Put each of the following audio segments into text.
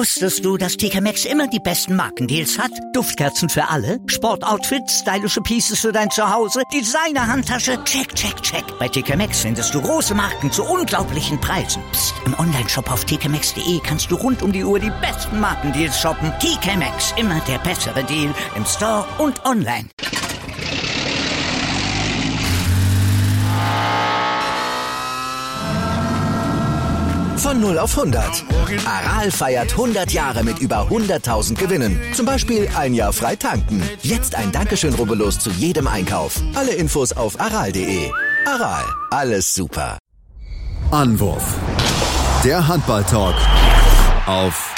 Wusstest du, dass TK Maxx immer die besten Markendeals hat? Duftkerzen für alle, Sportoutfits, stylische Pieces für dein Zuhause, Designer-Handtasche, check, check, check. Bei TK Maxx findest du große Marken zu unglaublichen Preisen. Psst. Im Onlineshop auf tkmaxx.de kannst du rund um die Uhr die besten Markendeals shoppen. TK Maxx, immer der bessere Deal im Store und online. Von 0 auf 100. Aral feiert 100 Jahre mit über 100.000 Gewinnen. Zum Beispiel ein Jahr frei tanken. Jetzt ein Dankeschön, rubbellos zu jedem Einkauf. Alle Infos auf aral.de. Aral, alles super. Anwurf. Der Handball-Talk auf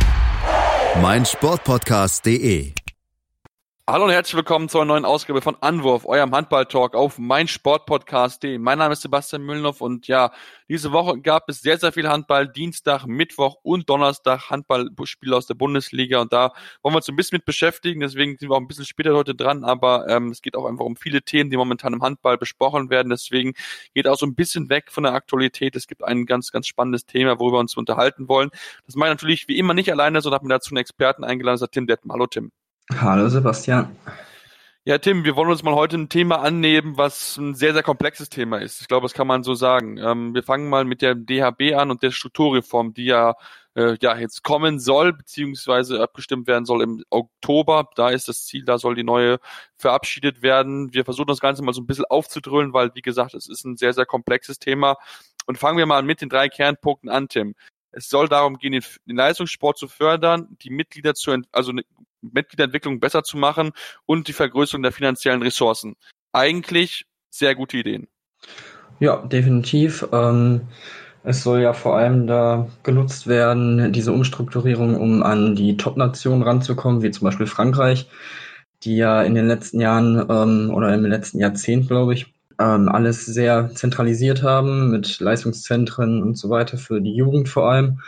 meinsportpodcast.de. Hallo und herzlich willkommen zu einer neuen Ausgabe von Anwurf, eurem Handball-Talk auf meinsportpodcast.de. Mein Name ist Sebastian Mühlenhoff und ja, diese Woche gab es sehr, sehr viel Handball. Dienstag, Mittwoch und Donnerstag Handballspiele aus der Bundesliga und da wollen wir uns ein bisschen mit beschäftigen. Deswegen sind wir auch ein bisschen später heute dran, aber es geht auch einfach um viele Themen, die momentan im Handball besprochen werden. Deswegen geht auch so ein bisschen weg von der Aktualität. Es gibt ein ganz, ganz spannendes Thema, worüber wir uns unterhalten wollen. Das mache ich natürlich wie immer nicht alleine, sondern habe mir dazu einen Experten eingeladen, das ist Tim Dettmann. Hallo Tim. Hallo Sebastian. Ja, Tim, wir wollen uns mal heute ein Thema annehmen, was ein sehr, sehr komplexes Thema ist. Ich glaube, das kann man so sagen. Wir fangen mal mit der DHB an und der Strukturreform, die ja jetzt kommen soll, beziehungsweise abgestimmt werden soll im Oktober. Da ist das Ziel, da soll die neue verabschiedet werden. Wir versuchen das Ganze mal so ein bisschen aufzudröhnen, weil, wie gesagt, es ist ein sehr, sehr komplexes Thema. Und fangen wir mal mit den 3 Kernpunkten an, Tim. Es soll darum gehen, den Leistungssport zu fördern, die Mitgliederentwicklung besser zu machen und die Vergrößerung der finanziellen Ressourcen. Eigentlich sehr gute Ideen. Ja, definitiv. Es soll ja vor allem da genutzt werden, diese Umstrukturierung, um an die Top-Nationen ranzukommen, wie zum Beispiel Frankreich, die ja in den letzten Jahren oder im letzten Jahrzehnt, glaube ich, alles sehr zentralisiert haben mit Leistungszentren und so weiter für die Jugend vor allem.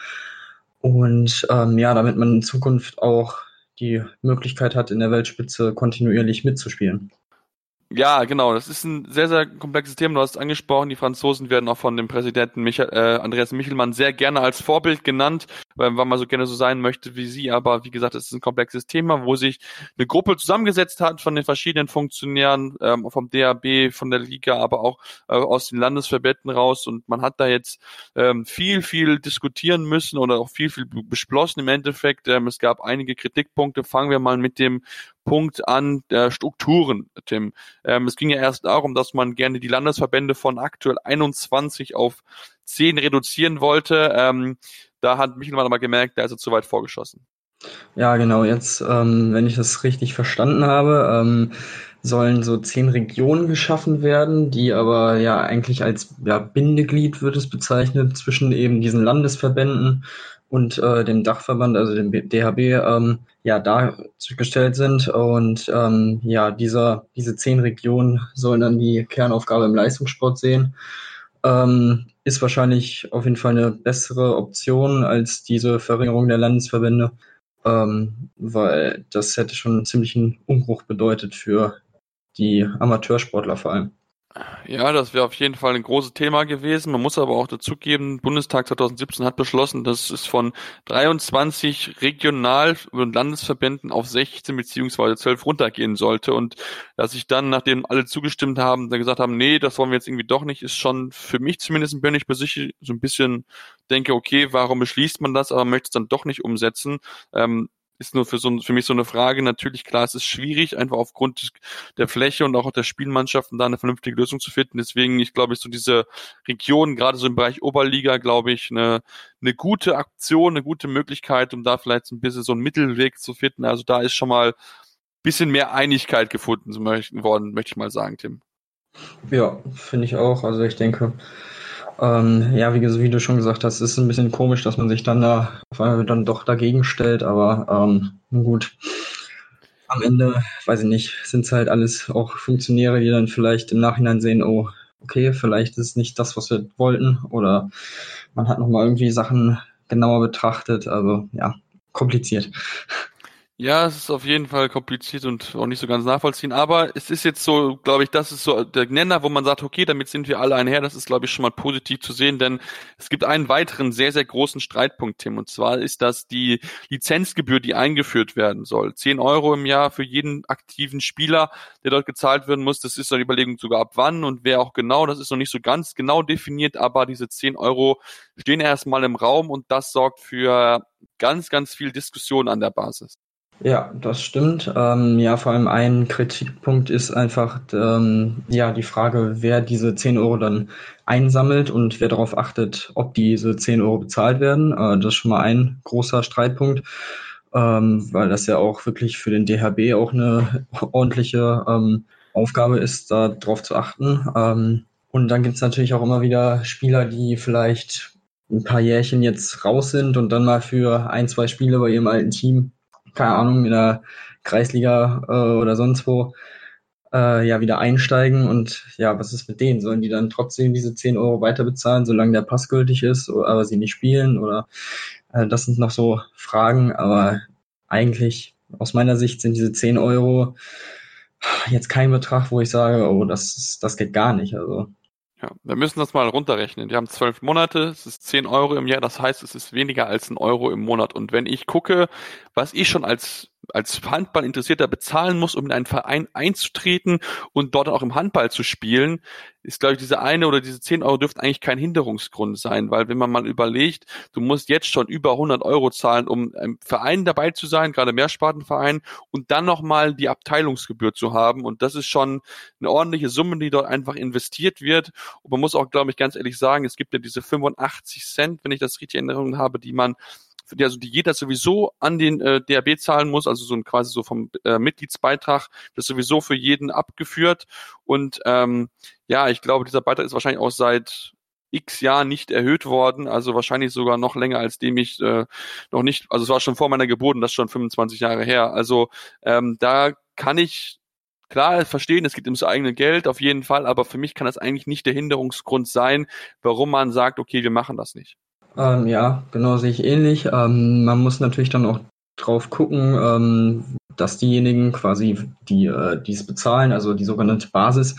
Und damit man in Zukunft auch die Möglichkeit hat, in der Weltspitze kontinuierlich mitzuspielen. Ja, genau. Das ist ein sehr, sehr komplexes Thema. Du hast es angesprochen. Die Franzosen werden auch von dem Präsidenten Andreas Michelmann sehr gerne als Vorbild genannt, weil man so gerne so sein möchte wie sie. Aber wie gesagt, es ist ein komplexes Thema, wo sich eine Gruppe zusammengesetzt hat von den verschiedenen Funktionären, vom DHB, von der Liga, aber auch aus den Landesverbänden raus. Und man hat da jetzt viel diskutieren müssen oder auch viel beschlossen im Endeffekt. Es gab einige Kritikpunkte. Fangen wir mal mit dem Punkt an der Strukturen, Tim. Es ging ja erst darum, dass man gerne die Landesverbände von aktuell 21 auf 10 reduzieren wollte. Da hat Michelmann aber gemerkt, da ist er zu weit vorgeschossen. Ja, genau. Jetzt, wenn ich das richtig verstanden habe, sollen so 10 Regionen geschaffen werden, die aber ja eigentlich als Bindeglied wird es bezeichnet zwischen eben diesen Landesverbänden und dem Dachverband, also dem DHB, dargestellt sind. Und diese 10 Regionen sollen dann die Kernaufgabe im Leistungssport sehen. Ist wahrscheinlich auf jeden Fall eine bessere Option als diese Verringerung der Landesverbände, weil das hätte schon einen ziemlichen Umbruch bedeutet für die Amateursportler vor allem. Ja, das wäre auf jeden Fall ein großes Thema gewesen. Man muss aber auch dazugeben, Bundestag 2017 hat beschlossen, dass es von 23 Regional- und Landesverbänden auf 16 bzw. 12 runtergehen sollte. Und dass sich dann, nachdem alle zugestimmt haben, dann gesagt haben, nee, das wollen wir jetzt irgendwie doch nicht, ist schon für mich zumindest ein bisschen so ein bisschen denke, okay, warum beschließt man das, aber möchte es dann doch nicht umsetzen. Ist nur für mich so eine Frage. Natürlich, klar, es ist schwierig, einfach aufgrund der Fläche und auch der Spielmannschaften da eine vernünftige Lösung zu finden. Deswegen, ich glaube, so diese Region, gerade so im Bereich Oberliga, glaube ich, eine gute Aktion, eine gute Möglichkeit, um da vielleicht ein bisschen so einen Mittelweg zu finden. Also da ist schon mal ein bisschen mehr Einigkeit gefunden worden, möchte ich mal sagen, Tim. Ja, finde ich auch. Also ich denke, wie du schon gesagt hast, ist ein bisschen komisch, dass man sich dann da auf einmal dann doch dagegen stellt, aber gut. Am Ende, weiß ich nicht, sind es halt alles auch Funktionäre, die dann vielleicht im Nachhinein sehen, oh, okay, vielleicht ist es nicht das, was wir wollten, oder man hat nochmal irgendwie Sachen genauer betrachtet, also ja, kompliziert. Ja, es ist auf jeden Fall kompliziert und auch nicht so ganz nachvollziehen, aber es ist jetzt so, glaube ich, das ist so der Nenner, wo man sagt, okay, damit sind wir alle einher, das ist, glaube ich, schon mal positiv zu sehen, denn es gibt einen weiteren sehr, sehr großen Streitpunkt, Tim, und zwar ist das die Lizenzgebühr, die eingeführt werden soll. 10 Euro im Jahr für jeden aktiven Spieler, der dort gezahlt werden muss, das ist eine Überlegung sogar ab wann und wer auch genau, das ist noch nicht so ganz genau definiert, aber diese 10 Euro stehen erstmal im Raum und das sorgt für ganz, ganz viel Diskussion an der Basis. Ja, das stimmt. Ja, vor allem ein Kritikpunkt ist einfach ja die Frage, wer diese 10 Euro dann einsammelt und wer darauf achtet, ob diese 10 Euro bezahlt werden. Das ist schon mal ein großer Streitpunkt, weil das ja auch wirklich für den DHB auch eine ordentliche Aufgabe ist, da drauf zu achten. Und dann gibt's natürlich auch immer wieder Spieler, die vielleicht ein paar Jährchen jetzt raus sind und dann mal für ein, zwei Spiele bei ihrem alten Team, keine Ahnung, in der Kreisliga oder sonst wo, ja, wieder einsteigen. Und ja, was ist mit denen? Sollen die dann trotzdem diese 10 Euro weiter bezahlen, solange der Pass gültig ist, aber sie nicht spielen? Oder das sind noch so Fragen, aber eigentlich aus meiner Sicht sind diese 10 Euro jetzt kein Betrag, wo ich sage, oh, das geht gar nicht. Also Ja, wir müssen das mal runterrechnen. Wir haben 12 Monate, es ist 10 Euro im Jahr, das heißt, es ist weniger als 1 Euro im Monat. Und wenn ich gucke, was ich schon als Handballinteressierter bezahlen muss, um in einen Verein einzutreten und dort auch im Handball zu spielen, ist, glaube ich, diese eine oder diese 10 Euro dürften eigentlich kein Hinderungsgrund sein, weil wenn man mal überlegt, du musst jetzt schon über 100 Euro zahlen, um im Verein dabei zu sein, gerade Mehrspartenverein, und dann nochmal die Abteilungsgebühr zu haben. Und das ist schon eine ordentliche Summe, die dort einfach investiert wird. Und man muss auch, glaube ich, ganz ehrlich sagen, es gibt ja diese 85 Cent, wenn ich das richtig in Erinnerung habe, die jeder sowieso an den DHB zahlen muss, also quasi so vom Mitgliedsbeitrag, das ist sowieso für jeden abgeführt. Und ja, ich glaube, dieser Beitrag ist wahrscheinlich auch seit X Jahren nicht erhöht worden, also wahrscheinlich sogar noch länger, als dem ich noch nicht, also es war schon vor meiner Geburt und das ist schon 25 Jahre her. Also da kann ich klar verstehen, es geht ums eigene Geld, auf jeden Fall, aber für mich kann das eigentlich nicht der Hinderungsgrund sein, warum man sagt, okay, wir machen das nicht. ja, genau, sehe ich ähnlich. Man muss natürlich dann auch drauf gucken, dass diejenigen quasi, die es bezahlen, also die sogenannte Basis,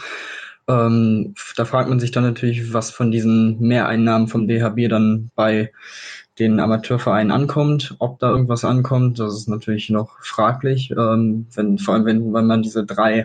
da fragt man sich dann natürlich, was von diesen Mehreinnahmen vom DHB dann bei den Amateurvereinen ankommt, ob da irgendwas ankommt, das ist natürlich noch fraglich, vor allem wenn man diese 3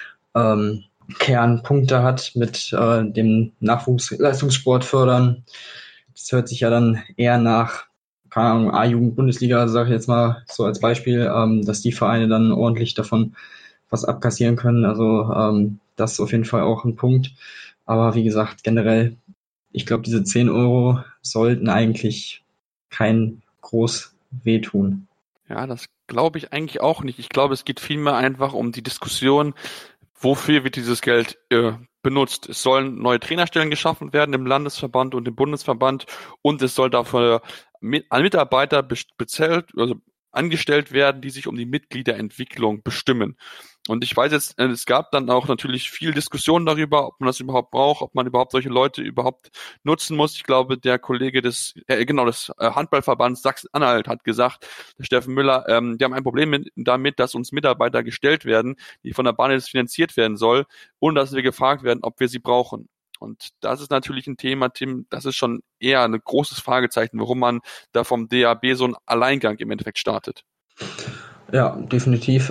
Kernpunkte hat mit dem Nachwuchsleistungssport fördern. Das hört sich ja dann eher nach, keine Ahnung, A-Jugend-Bundesliga, sage ich jetzt mal so als Beispiel, dass die Vereine dann ordentlich davon was abkassieren können. Also das ist auf jeden Fall auch ein Punkt. Aber wie gesagt, generell, ich glaube, diese 10 Euro sollten eigentlich kein groß wehtun. Ja, das glaube ich eigentlich auch nicht. Ich glaube, es geht vielmehr einfach um die Diskussion, wofür wird dieses Geld benutzt. Es sollen neue Trainerstellen geschaffen werden im Landesverband und im Bundesverband und es soll dafür Mitarbeiter bezahlt, also angestellt werden, die sich um die Mitgliederentwicklung bestimmen. Und ich weiß jetzt, es gab dann auch natürlich viel Diskussion darüber, ob man das überhaupt braucht, ob man überhaupt solche Leute überhaupt nutzen muss. Ich glaube, der Kollege des Handballverbands Sachsen-Anhalt hat gesagt, der Steffen Müller, die haben ein Problem damit, dass uns Mitarbeiter gestellt werden, die von der Bahn jetzt finanziert werden soll, ohne dass wir gefragt werden, ob wir sie brauchen. Und das ist natürlich ein Thema, Tim, das ist schon eher ein großes Fragezeichen, warum man da vom DHB so einen Alleingang im Endeffekt startet. Ja, definitiv.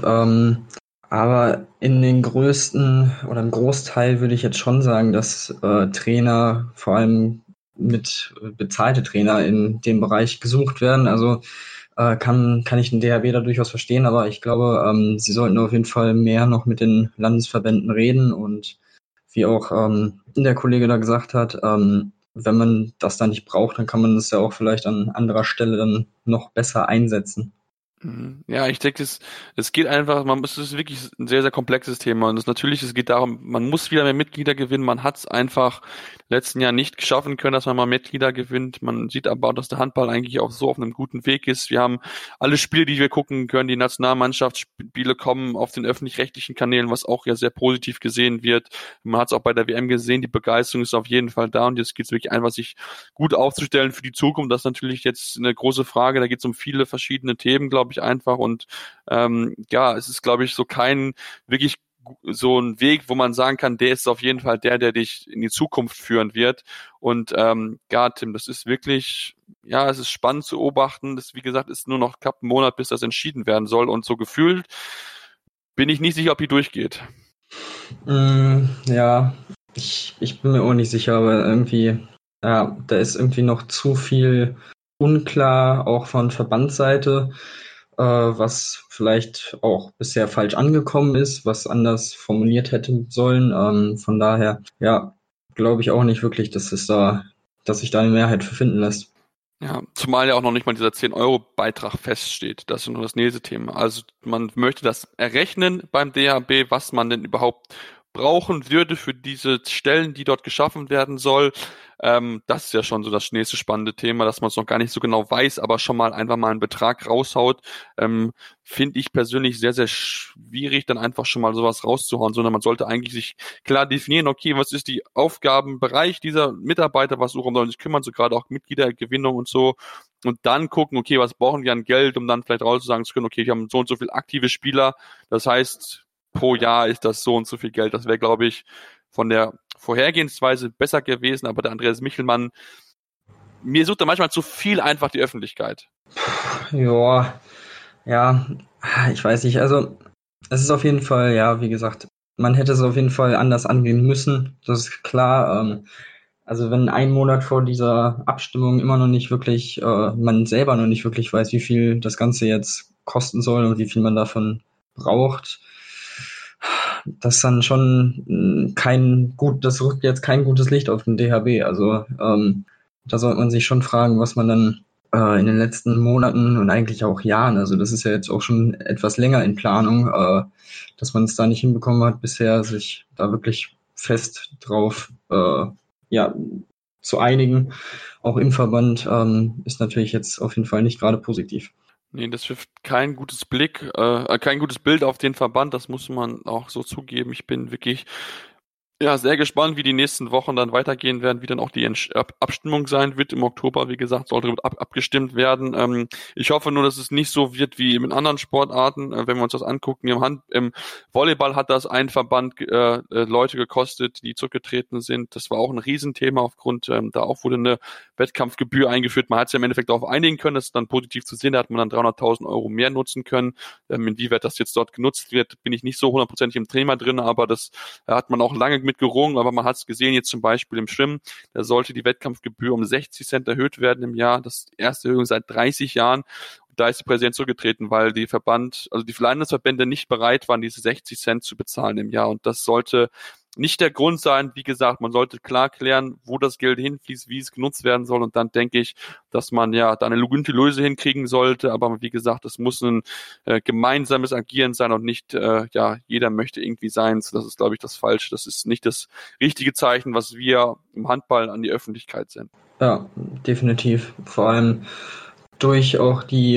Aber in den größten oder im Großteil würde ich jetzt schon sagen, dass Trainer, vor allem mit bezahlte Trainer in dem Bereich gesucht werden. Also kann ich den DHB da durchaus verstehen, aber ich glaube, sie sollten auf jeden Fall mehr noch mit den Landesverbänden reden und wie auch der Kollege da gesagt hat, wenn man das dann nicht braucht, dann kann man das ja auch vielleicht an anderer Stelle dann noch besser einsetzen. Ja, ich denke, es geht einfach, es ist wirklich ein sehr, sehr komplexes Thema und es geht darum, man muss wieder mehr Mitglieder gewinnen, man hat es einfach letzten Jahr nicht geschaffen können, dass man mal Mitglieder gewinnt, man sieht aber, dass der Handball eigentlich auch so auf einem guten Weg ist, wir haben alle Spiele, die wir gucken können, die Nationalmannschaftsspiele kommen auf den öffentlich-rechtlichen Kanälen, was auch ja sehr positiv gesehen wird, man hat es auch bei der WM gesehen, die Begeisterung ist auf jeden Fall da und jetzt geht es wirklich einfach, sich gut aufzustellen für die Zukunft, das ist natürlich jetzt eine große Frage, da geht es um viele verschiedene Themen, glaube ich, ich einfach. Und es ist, glaube ich, so kein wirklich so ein Weg, wo man sagen kann, der ist auf jeden Fall der dich in die Zukunft führen wird. Und Tim, das ist wirklich, es ist spannend zu beobachten. Das, wie gesagt, ist nur noch knapp ein Monat, bis das entschieden werden soll. Und so gefühlt bin ich nicht sicher, ob die durchgeht. Ich bin mir auch nicht sicher, aber irgendwie, da ist irgendwie noch zu viel unklar, auch von Verbandsseite, was vielleicht auch bisher falsch angekommen ist, was anders formuliert hätte sollen. Von daher, glaube ich auch nicht wirklich, dass sich da eine Mehrheit für finden lässt. Ja, zumal ja auch noch nicht mal dieser 10-Euro-Beitrag feststeht. Das ist nur das nächste Thema. Also man möchte das errechnen beim DHB, was man denn überhaupt brauchen würde für diese Stellen, die dort geschaffen werden soll. Das ist ja schon so das nächste spannende Thema, dass man es noch gar nicht so genau weiß, aber schon mal einfach mal einen Betrag raushaut, finde ich persönlich sehr, sehr schwierig, dann einfach schon mal sowas rauszuhauen, sondern man sollte eigentlich sich klar definieren, okay, was ist die Aufgabenbereich dieser Mitarbeiter, worum sollen sich kümmern, so gerade auch Mitgliedergewinnung und so, und dann gucken, okay, was brauchen wir an Geld, um dann vielleicht rauszusagen zu können, okay, wir haben so und so viele aktive Spieler, das heißt, pro Jahr ist das so und so viel Geld. Das wäre, glaube ich, von der Vorhergehensweise besser gewesen, aber der Andreas Michelmann, mir sucht er manchmal zu viel einfach die Öffentlichkeit. Ja, ich weiß nicht, also es ist auf jeden Fall, wie gesagt, man hätte es auf jeden Fall anders angehen müssen, das ist klar. Also wenn ein Monat vor dieser Abstimmung immer noch nicht wirklich, man selber noch nicht wirklich weiß, wie viel das Ganze jetzt kosten soll und wie viel man davon braucht, das ist dann schon das rückt jetzt kein gutes Licht auf den DHB. Also da sollte man sich schon fragen, was man dann in den letzten Monaten und eigentlich auch Jahren, also das ist ja jetzt auch schon etwas länger in Planung, dass man es da nicht hinbekommen hat, bisher sich da wirklich fest drauf zu einigen, auch im Verband, ist natürlich jetzt auf jeden Fall nicht gerade positiv. Nee, das wirft kein gutes Bild auf den Verband, das muss man auch so zugeben. Ich bin wirklich sehr gespannt, wie die nächsten Wochen dann weitergehen werden, wie dann auch die Abstimmung sein wird im Oktober. Wie gesagt, soll darüber abgestimmt werden. Ich hoffe nur, dass es nicht so wird wie in anderen Sportarten. Wenn wir uns das angucken, im Volleyball hat das ein Verband Leute gekostet, die zurückgetreten sind. Das war auch ein Riesenthema aufgrund, da auch wurde eine Wettkampfgebühr eingeführt. Man hat sich im Endeffekt darauf einigen können, das ist dann positiv zu sehen. Da hat man dann 300.000 Euro mehr nutzen können. Inwieweit das jetzt dort genutzt wird, bin ich nicht so 100% im Thema drin, aber das hat man auch lange mit gerungen, aber man hat es gesehen, jetzt zum Beispiel im Schwimmen, da sollte die Wettkampfgebühr um 60 Cent erhöht werden im Jahr, das erste Erhöhung seit 30 Jahren. Da ist der Präsident zurückgetreten, weil die Landesverbände nicht bereit waren, diese 60 Cent zu bezahlen im Jahr, und das sollte nicht der Grund sein. Wie gesagt, man sollte klar klären, wo das Geld hinfließt, wie es genutzt werden soll, und dann denke ich, dass man da eine gute Lösung hinkriegen sollte, aber wie gesagt, es muss ein gemeinsames Agieren sein und nicht, jeder möchte irgendwie sein. Das ist, glaube ich, das Falsche. Das ist nicht das richtige Zeichen, was wir im Handball an die Öffentlichkeit senden. Ja, definitiv. Vor allem durch auch die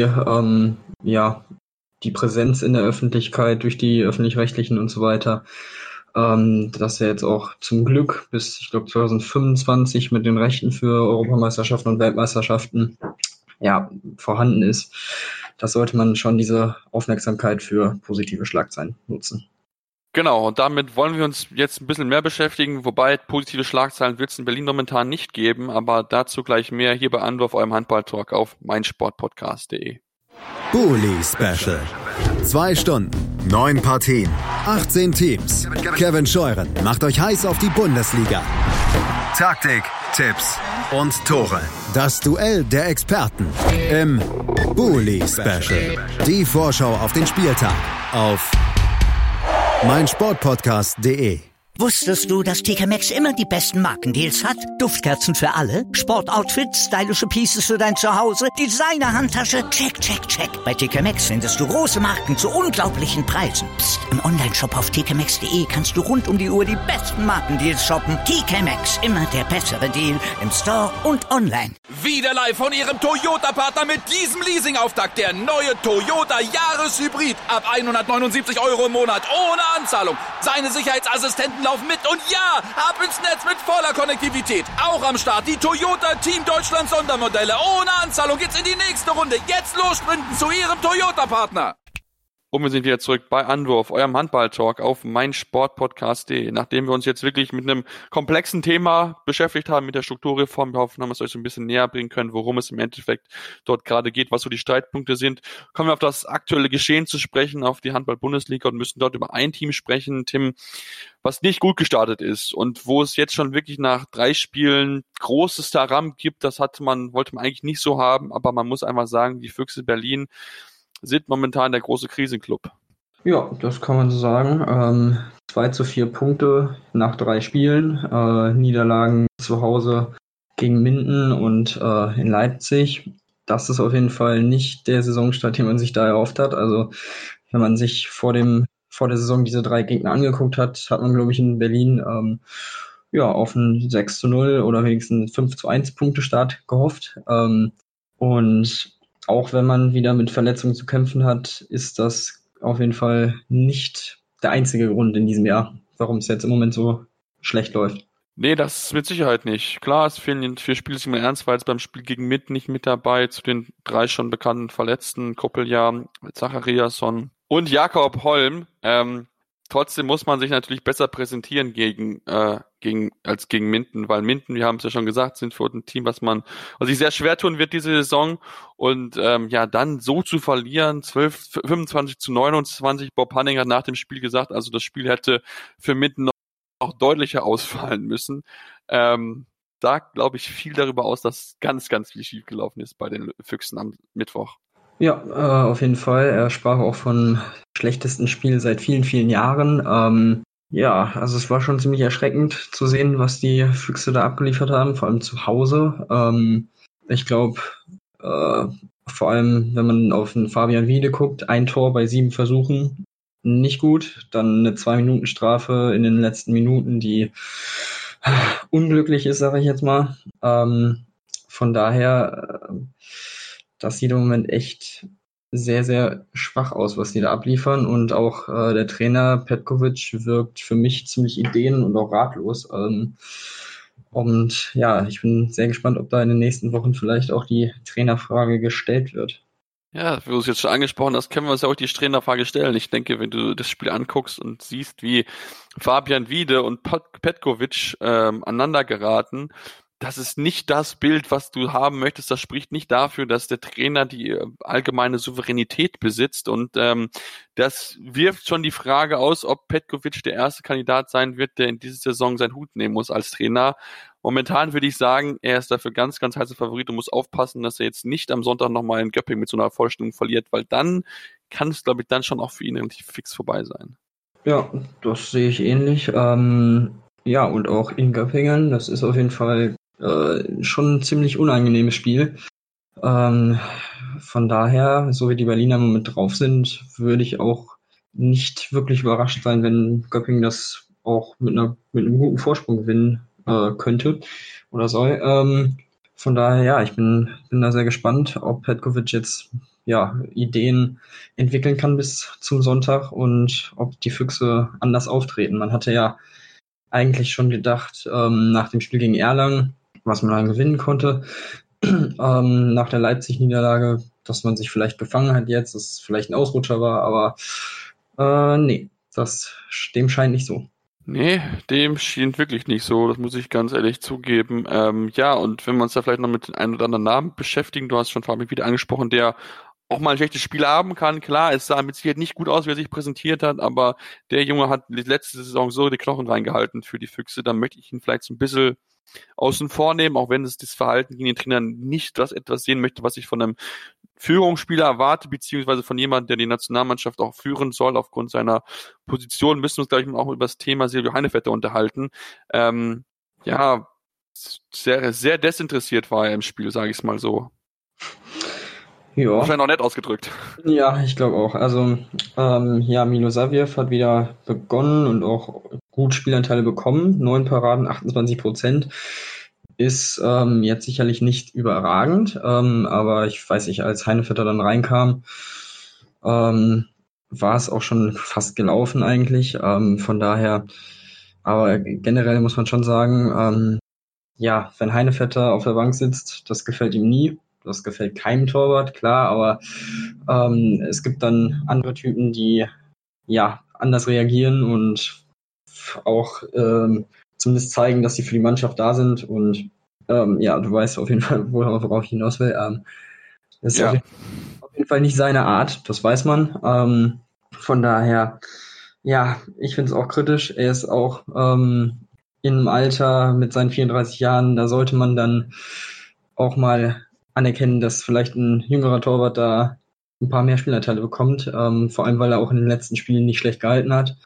Präsenz in der Öffentlichkeit, durch die Öffentlich-Rechtlichen und so weiter, dass er jetzt auch zum Glück bis, ich glaube, 2025 mit den Rechten für Europameisterschaften und Weltmeisterschaften vorhanden ist. Da sollte man schon diese Aufmerksamkeit für positive Schlagzeilen nutzen. Genau, und damit wollen wir uns jetzt ein bisschen mehr beschäftigen, wobei positive Schlagzeilen wird es in Berlin momentan nicht geben, aber dazu gleich mehr hier bei Anwurf, eurem Handball-Talk auf meinsportpodcast.de. Bully Special. 2 Stunden, 9 Partien, 18 Teams. Kevin Scheuren macht euch heiß auf die Bundesliga. Taktik, Tipps und Tore. Das Duell der Experten im Bully Special. Die Vorschau auf den Spieltag auf meinsportpodcast.de. Wusstest du, dass TK Maxx immer die besten Markendeals hat? Duftkerzen für alle, Sportoutfits, stylische Pieces für dein Zuhause, Designer-Handtasche, check, check, check. Bei TK Maxx findest du große Marken zu unglaublichen Preisen. Psst. Im Onlineshop auf tkmaxx.de kannst du rund um die Uhr die besten Markendeals shoppen. TK Maxx, immer der bessere Deal im Store und online. Wieder live von ihrem Toyota-Partner mit diesem Leasing-Auftakt. Der neue Toyota Jahreshybrid. Ab 179 € im Monat ohne Anzahlung. Seine Sicherheitsassistenten laufen mit und ja, ab ins Netz mit voller Konnektivität. Auch am Start die Toyota Team Deutschland Sondermodelle. Ohne Anzahlung geht's in die nächste Runde. Jetzt los sprinten zu Ihrem Toyota-Partner. Und wir sind wieder zurück bei Anwurf, eurem Handball-Talk auf meinsportpodcast.de. Nachdem wir uns jetzt wirklich mit einem komplexen Thema beschäftigt haben, mit der Strukturreform, wir hoffen, haben wir es euch so ein bisschen näher bringen können, worum es im Endeffekt dort gerade geht, was so die Streitpunkte sind. Kommen wir auf das aktuelle Geschehen zu sprechen, auf die Handball-Bundesliga und müssen dort über ein Team sprechen, Tim, was nicht gut gestartet ist und wo es jetzt schon wirklich nach 3 Spielen großes Taram gibt. Das wollte man eigentlich nicht so haben, aber man muss einfach sagen, die Füchse Berlin sind momentan der große Krisenclub. Ja, das kann man so sagen. 2-4 Punkte nach 3 Spielen. Niederlagen zu Hause gegen Minden und in Leipzig. Das ist auf jeden Fall nicht der Saisonstart, den man sich da erhofft hat. Also wenn man sich vor der Saison diese 3 Gegner angeguckt hat, hat man, glaube ich, in Berlin auf einen 6-0 oder wenigstens 5-1 Punktestart gehofft. Und auch wenn man wieder mit Verletzungen zu kämpfen hat, ist das auf jeden Fall nicht der einzige Grund in diesem Jahr, warum es jetzt im Moment so schlecht läuft. Nee, das ist mit Sicherheit nicht. Klar, es fehlen 4 Spiele immer ernst, weil es beim Spiel gegen Minden nicht mit dabei, zu den 3 schon bekannten Verletzten, Koppeljahr, Zachariasson und Jakob Holm. Trotzdem muss man sich natürlich besser präsentieren als gegen Minden, weil Minden, wir haben es ja schon gesagt, sind für uns ein Team, was sich sehr schwer tun wird diese Saison. Und dann so zu verlieren, 25-29, Bob Hanning hat nach dem Spiel gesagt, also das Spiel hätte für Minden noch deutlicher ausfallen müssen. Sagt, glaube ich, viel darüber aus, dass ganz, ganz viel schiefgelaufen ist bei den Füchsen am Mittwoch. Ja, auf jeden Fall. Er sprach auch von schlechtesten Spiel seit vielen, vielen Jahren. Also es war schon ziemlich erschreckend zu sehen, was die Füchse da abgeliefert haben, vor allem zu Hause. Ich glaube, vor allem, wenn man auf den Fabian Wiede guckt, 1 Tor bei 7 Versuchen, nicht gut. Dann eine 2-Minuten-Strafe in den letzten Minuten, die unglücklich ist, sage ich jetzt mal. Von daher, das sieht im Moment echt sehr, sehr schwach aus, was die da abliefern. Und auch der Trainer Petkovic wirkt für mich ziemlich ideen- und auch ratlos. Und ja, ich bin sehr gespannt, ob da in den nächsten Wochen vielleicht auch die Trainerfrage gestellt wird. Ja, wie du es jetzt schon angesprochen hast, können wir uns ja auch die Trainerfrage stellen. Ich denke, wenn du das Spiel anguckst und siehst, wie Fabian Wiede und Petkovic aneinander geraten, das ist nicht das Bild, was du haben möchtest. Das spricht nicht dafür, dass der Trainer die allgemeine Souveränität besitzt. Und das wirft schon die Frage aus, ob Petkovic der erste Kandidat sein wird, der in dieser Saison seinen Hut nehmen muss als Trainer. Momentan würde ich sagen, er ist dafür ganz, ganz heißer Favorit und muss aufpassen, dass er jetzt nicht am Sonntag nochmal in Göppingen mit so einer Vollstellung verliert, weil dann kann es, glaube ich, dann schon auch für ihn relativ fix vorbei sein. Ja, das sehe ich ähnlich. Und auch in Göppingen, das ist auf jeden Fall schon ein ziemlich unangenehmes Spiel. Von daher, so wie die Berliner im Moment drauf sind, würde ich auch nicht wirklich überrascht sein, wenn Göppingen das auch mit einem guten Vorsprung gewinnen könnte oder soll. Von daher, ja, ich bin da sehr gespannt, ob Petkovic jetzt Ideen entwickeln kann bis zum Sonntag und ob die Füchse anders auftreten. Man hatte ja eigentlich schon gedacht, nach dem Spiel gegen Erlangen, was man dann gewinnen konnte, nach der Leipzig-Niederlage, dass man sich vielleicht gefangen hat jetzt, dass es vielleicht ein Ausrutscher war, aber nee, dem scheint nicht so. Nee, dem schien wirklich nicht so, das muss ich ganz ehrlich zugeben. Und wenn wir uns da vielleicht noch mit den einen oder anderen Namen beschäftigen, du hast schon Fabian wieder angesprochen, der auch mal ein schlechtes Spiel haben kann. Klar, es sah mit Sicherheit nicht gut aus, wie er sich präsentiert hat, aber der Junge hat die letzte Saison so die Knochen reingehalten für die Füchse, da möchte ich ihn vielleicht so ein bisschen außen vor nehmen, auch wenn es das Verhalten gegen den Trainer nicht etwas sehen möchte, was ich von einem Führungsspieler erwarte, beziehungsweise von jemandem, der die Nationalmannschaft auch führen soll, aufgrund seiner Position, müssen wir uns gleich auch über das Thema Silvio Heinevetter unterhalten. Sehr, sehr desinteressiert war er im Spiel, sage ich es mal so. Ja. Wahrscheinlich auch nett ausgedrückt. Ja, ich glaube auch. Also, Milosavljev hat wieder begonnen und auch gut Spielanteile bekommen. 9 Paraden, 28%. Ist jetzt sicherlich nicht überragend, aber ich weiß nicht, als Heinevetter dann reinkam, war es auch schon fast gelaufen eigentlich. Von daher Aber generell muss man schon sagen, ja, wenn Heinevetter auf der Bank sitzt, das gefällt ihm nie. Das gefällt keinem Torwart, klar, aber es gibt dann andere Typen, die ja anders reagieren und auch zumindest zeigen, dass sie für die Mannschaft da sind. Und ja, du weißt auf jeden Fall, worauf ich hinaus will. Das ist auf jeden Fall nicht seine Art, das weiß man. Von daher, ja, ich finde es auch kritisch. Er ist auch im Alter mit seinen 34 Jahren, da sollte man dann auch mal anerkennen, dass vielleicht ein jüngerer Torwart da ein paar mehr Spielanteile bekommt, vor allem weil er auch in den letzten Spielen nicht schlecht gehalten hat.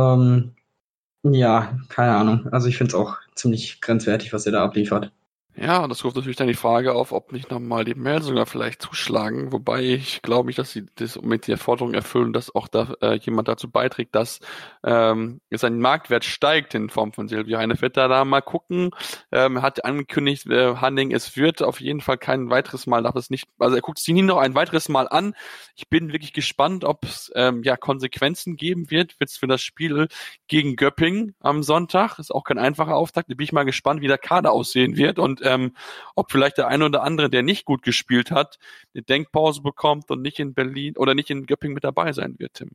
Ja, keine Ahnung. Also ich finde es auch ziemlich grenzwertig, was er da abliefert. Ja, das ruft natürlich dann die Frage auf, ob nicht nochmal die Melsungen vielleicht zuschlagen, wobei ich glaube nicht, dass sie das mit der Forderung erfüllen, dass auch da jemand dazu beiträgt, dass sein Marktwert steigt in Form von Silvio Heinevetter. Da mal gucken, hat angekündigt, Hanning, es wird auf jeden Fall kein weiteres Mal, darf es nicht, also er guckt sich nie noch ein weiteres Mal an. Ich bin wirklich gespannt, ob es Konsequenzen geben wird für das Spiel gegen Göppingen am Sonntag. Ist auch kein einfacher Auftakt. Da bin ich mal gespannt, wie der Kader aussehen wird und ob vielleicht der eine oder andere, der nicht gut gespielt hat, eine Denkpause bekommt und nicht in Berlin oder nicht in Göppingen mit dabei sein wird, Tim.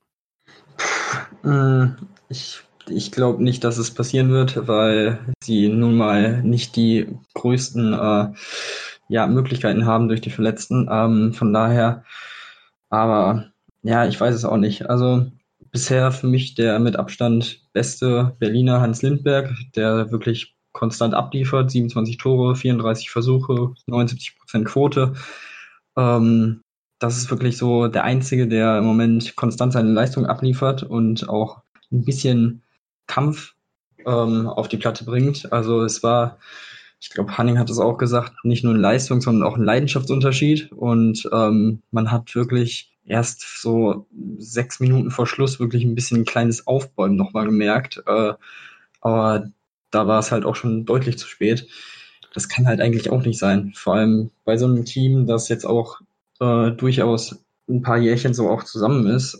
Ich glaube nicht, dass es passieren wird, weil sie nun mal nicht die größten Möglichkeiten haben durch die Verletzten. Von daher, aber ja, ich weiß es auch nicht. Also bisher für mich der mit Abstand beste Berliner Hans Lindberg, der wirklich konstant abliefert, 27 Tore, 34 Versuche, 79% Quote. Das ist wirklich so der Einzige, der im Moment konstant seine Leistung abliefert und auch ein bisschen Kampf auf die Platte bringt. Also es war, ich glaube, Hanning hat es auch gesagt, nicht nur ein Leistung, sondern auch ein Leidenschaftsunterschied. Und man hat wirklich erst so 6 Minuten vor Schluss wirklich ein bisschen ein kleines Aufbäumen nochmal gemerkt. Aber da war es halt auch schon deutlich zu spät. Das kann halt eigentlich auch nicht sein. Vor allem bei so einem Team, das jetzt auch durchaus ein paar Jährchen so auch zusammen ist.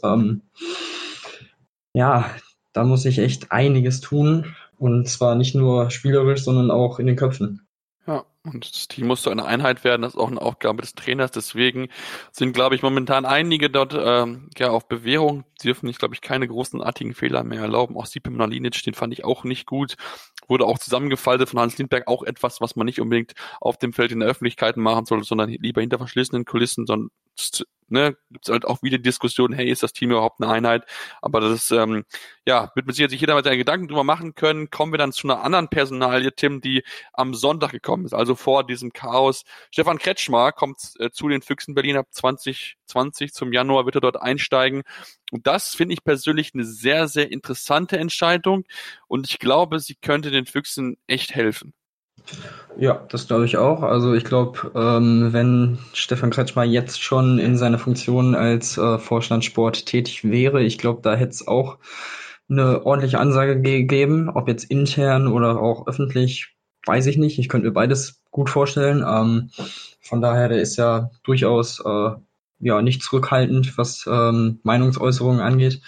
Ja, da muss ich echt einiges tun. Und zwar nicht nur spielerisch, sondern auch in den Köpfen. Ja, und das Team muss zu einer Einheit werden, das ist auch eine Aufgabe des Trainers, deswegen sind, glaube ich, momentan einige dort auf Bewährung, dürfen sich, glaube ich, keine großenartigen Fehler mehr erlauben. Auch Stipe Mladinic, den fand ich auch nicht gut, wurde auch zusammengefaltet von Hans Lindberg, auch etwas, was man nicht unbedingt auf dem Feld in der Öffentlichkeit machen sollte, sondern lieber hinter verschlissenen Kulissen, sonst gibt es halt auch wieder Diskussionen, hey, ist das Team überhaupt eine Einheit? Aber das wird mit Sicherheit sich jeder mal seine Gedanken drüber machen können. Kommen wir dann zu einer anderen Personalie, Tim, die am Sonntag gekommen ist, also vor diesem Chaos. Stefan Kretschmer kommt zu den Füchsen Berlin ab 2020, zum Januar wird er dort einsteigen. Und das finde ich persönlich eine sehr, sehr interessante Entscheidung und ich glaube, sie könnte den Füchsen echt helfen. Ja, das glaube ich auch. Also ich glaube, wenn Stefan Kretschmer jetzt schon in seiner Funktion als Vorstand Sport tätig wäre, ich glaube, da hätte es auch eine ordentliche Ansage gegeben, ob jetzt intern oder auch öffentlich, weiß ich nicht. Ich könnte mir beides gut vorstellen. Von daher, der ist ja durchaus nicht zurückhaltend, was Meinungsäußerungen angeht.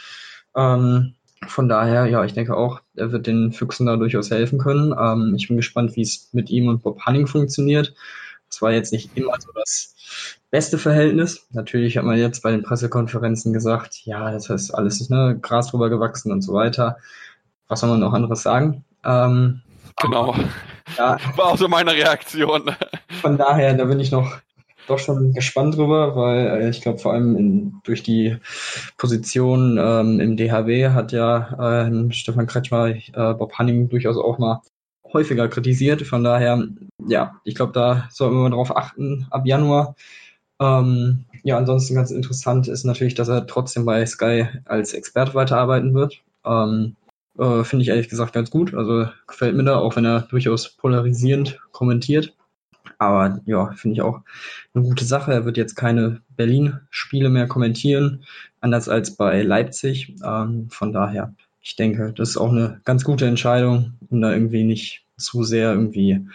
Von daher, ja, ich denke auch, er wird den Füchsen da durchaus helfen können. Ich bin gespannt, wie es mit ihm und Bob Hanning funktioniert. Das war jetzt nicht immer so das beste Verhältnis. Natürlich hat man jetzt bei den Pressekonferenzen gesagt, ja, das heißt alles Gras drüber gewachsen und so weiter. Was soll man noch anderes sagen? Genau. Ja, war auch so meine Reaktion. Von daher, da bin ich doch schon gespannt drüber, weil ich glaube, vor allem durch die Position im DHB hat ja Stefan Kretschmer Bob Hanning durchaus auch mal häufiger kritisiert. Von daher, ja, ich glaube, da sollten wir mal drauf achten ab Januar. Ansonsten ganz interessant ist natürlich, dass er trotzdem bei Sky als Experte weiterarbeiten wird. Finde ich ehrlich gesagt ganz gut. Also gefällt mir da, auch wenn er durchaus polarisierend kommentiert. Aber ja, finde ich auch eine gute Sache. Er wird jetzt keine Berlin-Spiele mehr kommentieren, anders als bei Leipzig. Von daher, ich denke, das ist auch eine ganz gute Entscheidung, um da irgendwie nicht zu sehr irgendwie,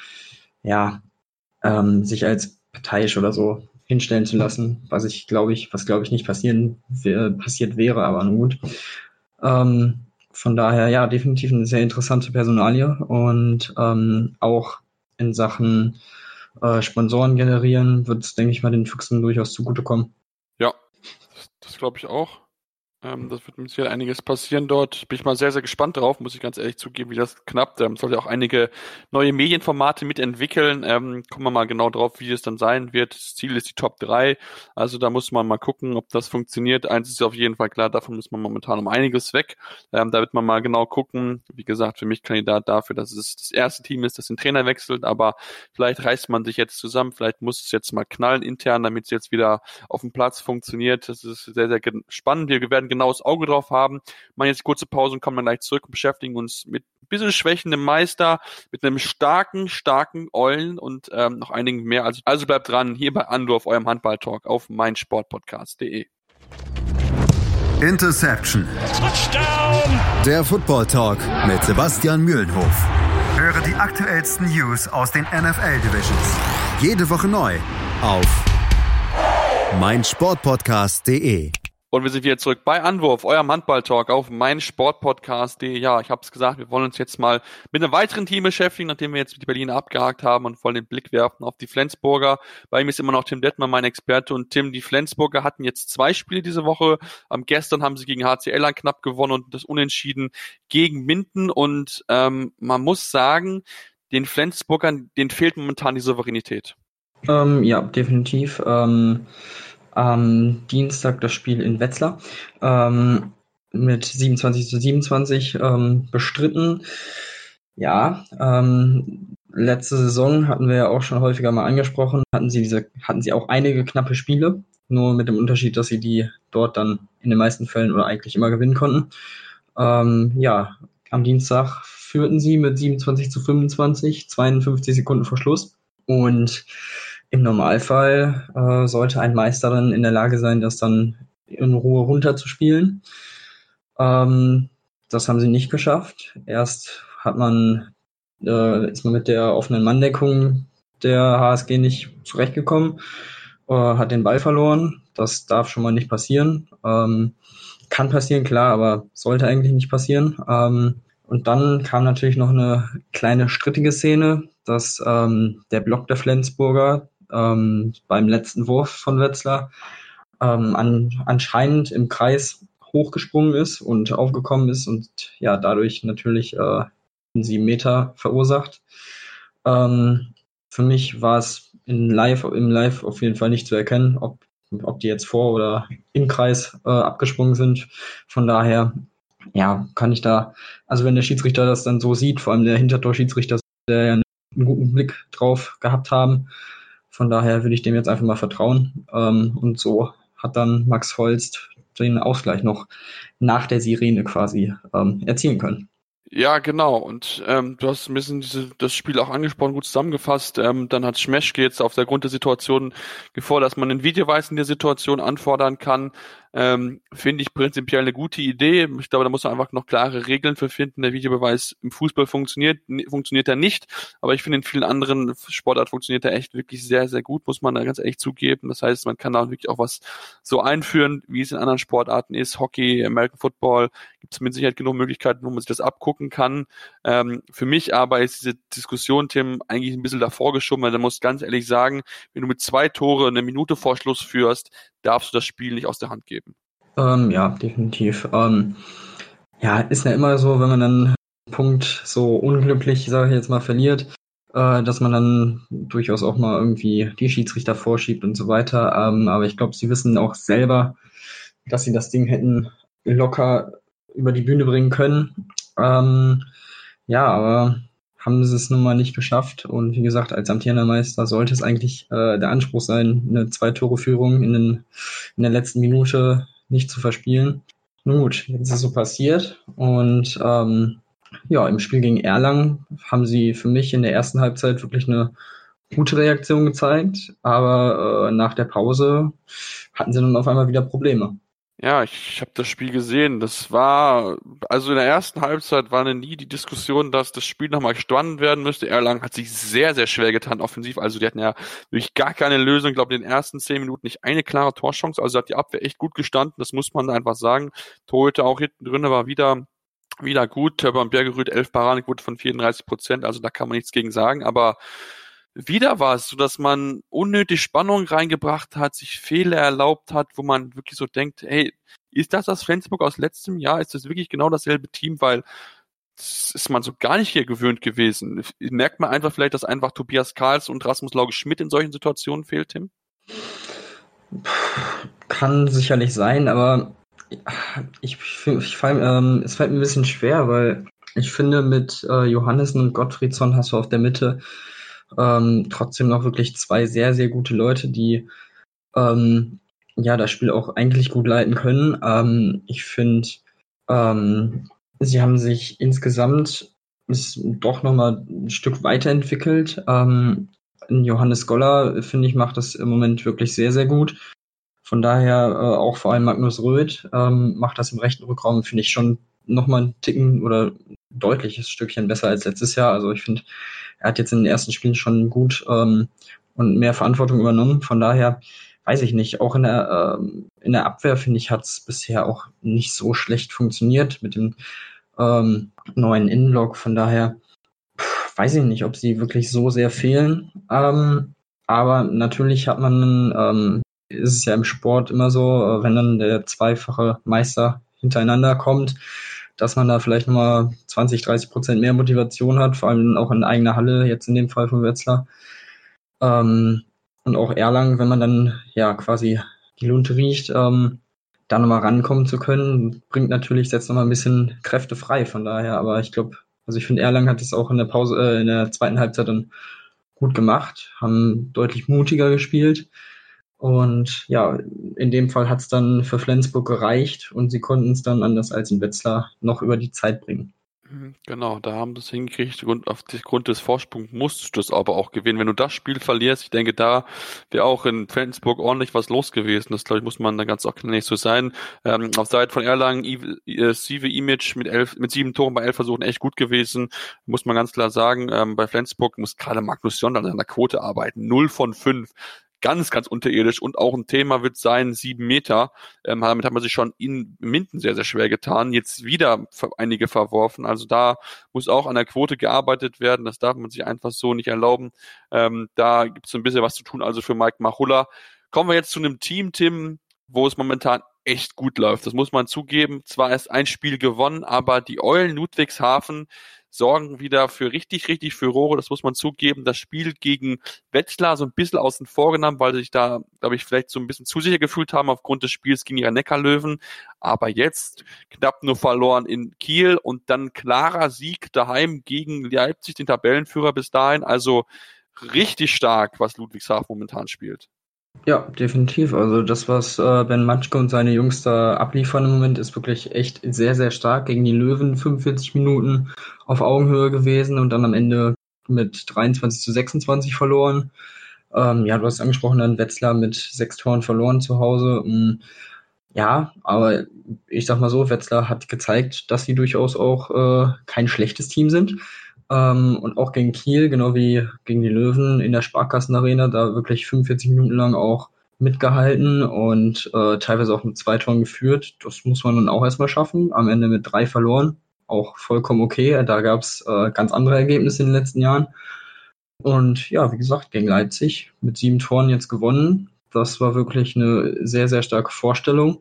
sich als parteiisch oder so hinstellen zu lassen, was glaube ich nicht passiert wäre, aber nun gut. Von daher, ja, definitiv eine sehr interessante Personalie und auch in Sachen Sponsoren generieren wird es, denke ich mal, den Füchsen durchaus zugutekommen. Ja, das glaube ich auch. Das wird mit Sicherheit einiges passieren dort. Bin ich mal sehr, sehr gespannt drauf, muss ich ganz ehrlich zugeben, wie das knappt. Soll ja auch einige neue Medienformate mitentwickeln. Kommen wir mal genau drauf, wie es dann sein wird. Das Ziel ist die Top 3. Also da muss man mal gucken, ob das funktioniert. Eins ist auf jeden Fall klar, davon ist man momentan um einiges weg. Da wird man mal genau gucken. Wie gesagt, für mich Kandidat dafür, dass es das erste Team ist, das den Trainer wechselt. Aber vielleicht reißt man sich jetzt zusammen. Vielleicht muss es jetzt mal knallen intern, damit es jetzt wieder auf dem Platz funktioniert. Das ist sehr, sehr spannend. Wir werden genaues Auge drauf haben. Machen jetzt kurze Pause und kommen dann gleich zurück und beschäftigen uns mit ein bisschen schwächendem Meister, mit einem starken Eulen und noch einigen mehr. Also bleibt dran, hier bei Andorf, eurem Handball-Talk auf meinsportpodcast.de. Interception. Touchdown. Der Football-Talk mit Sebastian Mühlenhof. Höre die aktuellsten News aus den NFL-Divisions. Jede Woche neu auf meinsportpodcast.de. Und wir sind wieder zurück bei Anwurf, eurem Handball-Talk auf meinsportpodcast.de. Ja, ich habe es gesagt, wir wollen uns jetzt mal mit einem weiteren Team beschäftigen, nachdem wir jetzt die Berliner abgehakt haben und wollen den Blick werfen auf die Flensburger. Bei ihm ist immer noch Tim Detmer, mein Experte. Und Tim, die Flensburger hatten jetzt 2 Spiele diese Woche. Gestern haben sie gegen HCL knapp gewonnen und das Unentschieden gegen Minden. Und man muss sagen, den Flensburgern, denen fehlt momentan die Souveränität. Ja, definitiv. Am Dienstag das Spiel in Wetzlar mit 27-27 bestritten. Ja, letzte Saison hatten wir ja auch schon häufiger mal angesprochen, hatten sie auch einige knappe Spiele, nur mit dem Unterschied, dass sie die dort dann in den meisten Fällen oder eigentlich immer gewinnen konnten. Ja, am Dienstag führten sie mit 27-25, 52 Sekunden vor Schluss. Und im Normalfall sollte ein Meister dann in der Lage sein, das dann in Ruhe runterzuspielen. Das haben sie nicht geschafft. Erst ist man mit der offenen Manndeckung der HSG nicht zurechtgekommen, hat den Ball verloren. Das darf schon mal nicht passieren. Kann passieren, klar, aber sollte eigentlich nicht passieren. Und dann kam natürlich noch eine kleine strittige Szene, dass der Block der Flensburger beim letzten Wurf von Wetzlar anscheinend im Kreis hochgesprungen ist und aufgekommen ist und ja dadurch natürlich 7 Meter verursacht. Für mich war es im Live auf jeden Fall nicht zu erkennen, ob die jetzt vor oder im Kreis abgesprungen sind. Von daher ja, kann ich da, also wenn der Schiedsrichter das dann so sieht, vor allem der Hintertorschiedsrichter, der ja einen guten Blick drauf gehabt haben, von daher würde ich dem jetzt einfach mal vertrauen. Und so hat dann Max Holst den Ausgleich noch nach der Sirene quasi erzielen können. Ja, genau. Und du hast ein bisschen das Spiel auch angesprochen, gut zusammengefasst. Dann hat Schmeschke jetzt auf der Grund der Situation gefordert, dass man einen Videobeweis in der Situation anfordern kann. Finde ich prinzipiell eine gute Idee. Ich glaube, da muss man einfach noch klare Regeln für finden. Der Videobeweis im Fußball funktioniert er nicht, aber ich finde, in vielen anderen Sportarten funktioniert er echt wirklich sehr, sehr gut, muss man da ganz ehrlich zugeben. Das heißt, man kann da wirklich auch was so einführen, wie es in anderen Sportarten ist. Hockey, American Football, gibt es mit Sicherheit genug Möglichkeiten, wo man sich das abgucken kann. Für mich aber ist diese Diskussion, Tim, eigentlich ein bisschen davor geschoben, weil du musst ganz ehrlich sagen, wenn du mit 2 Tore eine Minute vor Schluss führst, darfst du das Spiel nicht aus der Hand geben. Ja, definitiv. Ja, ist ja immer so, wenn man dann einen Punkt so unglücklich, sage ich jetzt mal, verliert, dass man dann durchaus auch mal irgendwie die Schiedsrichter vorschiebt und so weiter. Aber ich glaube, sie wissen auch selber, dass sie das Ding hätten locker über die Bühne bringen können. Ja, aber haben sie es nun mal nicht geschafft. Und wie gesagt, als amtierender Meister sollte es eigentlich der Anspruch sein, eine 2-Tore-Führung in der letzten Minute nicht zu verspielen. Nun gut, jetzt ist es so passiert. Und ja, im Spiel gegen Erlangen haben sie für mich in der ersten Halbzeit wirklich eine gute Reaktion gezeigt. Aber nach der Pause hatten sie dann auf einmal wieder Probleme. Ja, ich habe das Spiel gesehen. Das war, also in der ersten Halbzeit war nie die Diskussion, dass das Spiel nochmal spannend werden müsste. Erlangen hat sich sehr, sehr schwer getan offensiv. Also die hatten ja wirklich gar keine Lösung. Ich glaube, in den ersten 10 Minuten nicht eine klare Torchance. Also hat die Abwehr echt gut gestanden. Das muss man einfach sagen. Torhüter auch hinten drin war wieder Wieder gut, Törber Bjergerud 11 Paradenquote von 34%, also da kann man nichts gegen sagen, aber wieder war es so, dass man unnötig Spannung reingebracht hat, sich Fehler erlaubt hat, wo man wirklich so denkt, hey, ist das Flensburg aus letztem Jahr? Ist das wirklich genau dasselbe Team? Weil das ist man so gar nicht hier gewöhnt gewesen. Merkt man einfach vielleicht, dass einfach Tobias Karls und Rasmus Lauge-Schmidt in solchen Situationen fehlt, Tim? Kann sicherlich sein, aber es fällt mir ein bisschen schwer, weil ich finde, mit Johannessen und Gottfriedsson hast du auf der Mitte trotzdem noch wirklich zwei sehr, sehr gute Leute, die das Spiel auch eigentlich gut leiten können. Ich finde, sie haben sich insgesamt doch nochmal ein Stück weiterentwickelt. Johannes Goller, finde ich, macht das im Moment wirklich sehr, sehr gut. Von daher auch vor allem Magnus Röth macht das im rechten Rückraum, finde ich, schon nochmal einen Ticken oder ein deutliches Stückchen besser als letztes Jahr. Also ich finde, er hat jetzt in den ersten Spielen schon gut und mehr Verantwortung übernommen. Von daher weiß ich nicht. Auch in der Abwehr, finde ich, hat es bisher auch nicht so schlecht funktioniert mit dem neuen Innenblock. Von daher weiß ich nicht, ob sie wirklich so sehr fehlen. Aber natürlich hat man, ist es ja im Sport immer so, wenn dann der zweifache Meister hintereinander kommt, dass man da vielleicht nochmal 20-30% mehr Motivation hat, vor allem auch in eigener Halle, jetzt in dem Fall von Wetzlar. Und auch Erlangen, wenn man dann ja quasi die Lunte riecht, da nochmal rankommen zu können, setzt nochmal ein bisschen Kräfte frei. Von daher, aber ich glaube, ich finde, Erlangen hat es auch in der zweiten Halbzeit dann gut gemacht, haben deutlich mutiger gespielt. Und ja, in dem Fall hat es dann für Flensburg gereicht und sie konnten es dann anders als in Wetzlar noch über die Zeit bringen. Genau, da haben sie es hingekriegt und aufgrund des Vorsprungs musst du das aber auch gewinnen. Wenn du das Spiel verlierst, ich denke, da wäre auch in Flensburg ordentlich was los gewesen. Das, glaube ich, muss man da ganz auch nicht so sein. Auf Seite von Erlangen, Sive Imic mit 7 Toren bei 11 Versuchen echt gut gewesen, muss man ganz klar sagen. Bei Flensburg muss gerade Magnus Jondal an der Quote arbeiten. 0 von 5. Ganz, ganz unterirdisch und auch ein Thema wird sein, 7 Meter. Damit hat man sich schon in Minden sehr, sehr schwer getan. Jetzt wieder einige verworfen. Also da muss auch an der Quote gearbeitet werden. Das darf man sich einfach so nicht erlauben. Da gibt es ein bisschen was zu tun, also für Mike Machulla. Kommen wir jetzt zu einem Team, Tim, wo es momentan echt gut läuft. Das muss man zugeben. Zwar ist ein Spiel gewonnen, aber die Eulen Ludwigshafen sorgen wieder für richtig, richtig Furore, das muss man zugeben. Das Spiel gegen Wetzlar so ein bisschen außen vor genommen, weil sie sich da, glaube ich, vielleicht so ein bisschen zu sicher gefühlt haben aufgrund des Spiels gegen ihre Neckarlöwen. Aber jetzt knapp nur verloren in Kiel und dann klarer Sieg daheim gegen Leipzig, den Tabellenführer bis dahin. Also richtig stark, was Ludwigshafen momentan spielt. Ja, definitiv. Also das, was Ben Matschke und seine Jungs da abliefern im Moment, ist wirklich echt sehr, sehr stark. Gegen die Löwen 45 Minuten auf Augenhöhe gewesen und dann am Ende mit 23-26 verloren. Du hast angesprochen, dann Wetzlar mit 6 Toren verloren zu Hause. Ja, aber ich sag mal so, Wetzlar hat gezeigt, dass sie durchaus auch kein schlechtes Team sind. Und auch gegen Kiel, genau wie gegen die Löwen in der Sparkassenarena, da wirklich 45 Minuten lang auch mitgehalten und teilweise auch mit 2 Toren geführt. Das muss man dann auch erstmal schaffen. Am Ende mit 3 verloren. Auch vollkommen okay. Da gab es ganz andere Ergebnisse in den letzten Jahren. Und ja, wie gesagt, gegen Leipzig mit 7 Toren jetzt gewonnen. Das war wirklich eine sehr, sehr starke Vorstellung.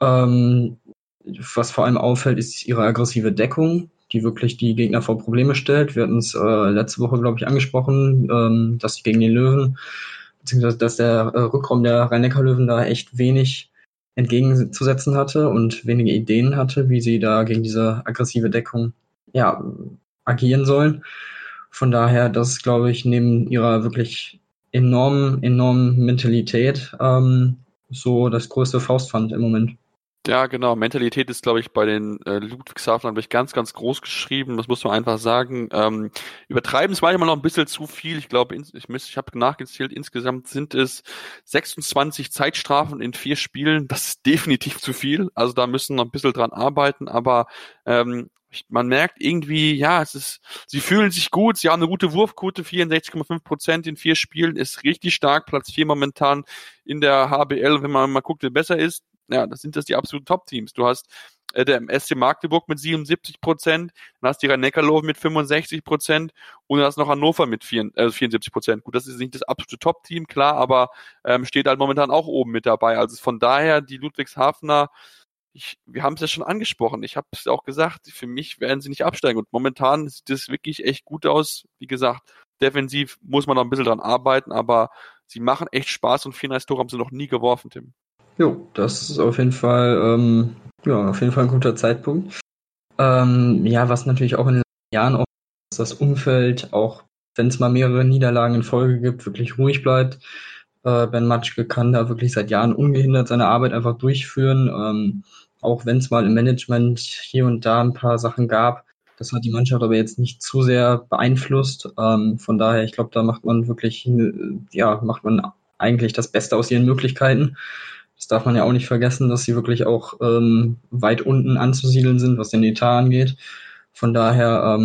Was vor allem auffällt, ist ihre aggressive Deckung, die wirklich die Gegner vor Probleme stellt. Wir hatten es letzte Woche, glaube ich, angesprochen, dass sie gegen die Löwen, beziehungsweise dass der Rückraum der Rhein-Neckar-Löwen da echt wenig entgegenzusetzen hatte und wenige Ideen hatte, wie sie da gegen diese aggressive Deckung agieren sollen. Von daher, das ist, glaube ich, neben ihrer wirklich enormen Mentalität so das größte Faustpfand im Moment. Ja, genau. Mentalität ist, glaube ich, bei den Ludwigshafenern ganz, ganz groß geschrieben. Das muss man einfach sagen. Übertreiben es manchmal noch ein bisschen zu viel. Ich glaube, ich habe nachgezählt, insgesamt sind es 26 Zeitstrafen in 4 Spielen. Das ist definitiv zu viel. Also da müssen noch ein bisschen dran arbeiten. Aber man merkt irgendwie, sie fühlen sich gut. Sie haben eine gute Wurfquote, 64,5% in 4 Spielen. Ist richtig stark. Platz 4 momentan in der HBL, wenn man mal guckt, wer besser ist. Ja, das sind die absoluten Top-Teams. Du hast der SC Magdeburg mit 77%, dann hast du die Rhein-Neckar-Löwen mit 65% und dann hast du noch Hannover mit 74%. Gut, das ist nicht das absolute Top-Team, klar, aber steht halt momentan auch oben mit dabei. Also von daher, die Ludwigshafener, wir haben es ja schon angesprochen, ich habe es auch gesagt, für mich werden sie nicht absteigen und momentan sieht das wirklich echt gut aus. Wie gesagt, defensiv muss man noch ein bisschen dran arbeiten, aber sie machen echt Spaß und 34 Tore haben sie noch nie geworfen, Tim. Jo, das ist auf jeden Fall, auf jeden Fall ein guter Zeitpunkt. Was natürlich auch in den Jahren auch ist, das Umfeld, auch wenn es mal mehrere Niederlagen in Folge gibt, wirklich ruhig bleibt. Ben Matschke kann da wirklich seit Jahren ungehindert seine Arbeit einfach durchführen. Auch wenn es mal im Management hier und da ein paar Sachen gab. Das hat die Mannschaft aber jetzt nicht zu sehr beeinflusst. Von daher, ich glaube, da macht man wirklich, macht man eigentlich das Beste aus ihren Möglichkeiten. Das darf man ja auch nicht vergessen, dass sie wirklich auch weit unten anzusiedeln sind, was den Etat angeht. Von daher,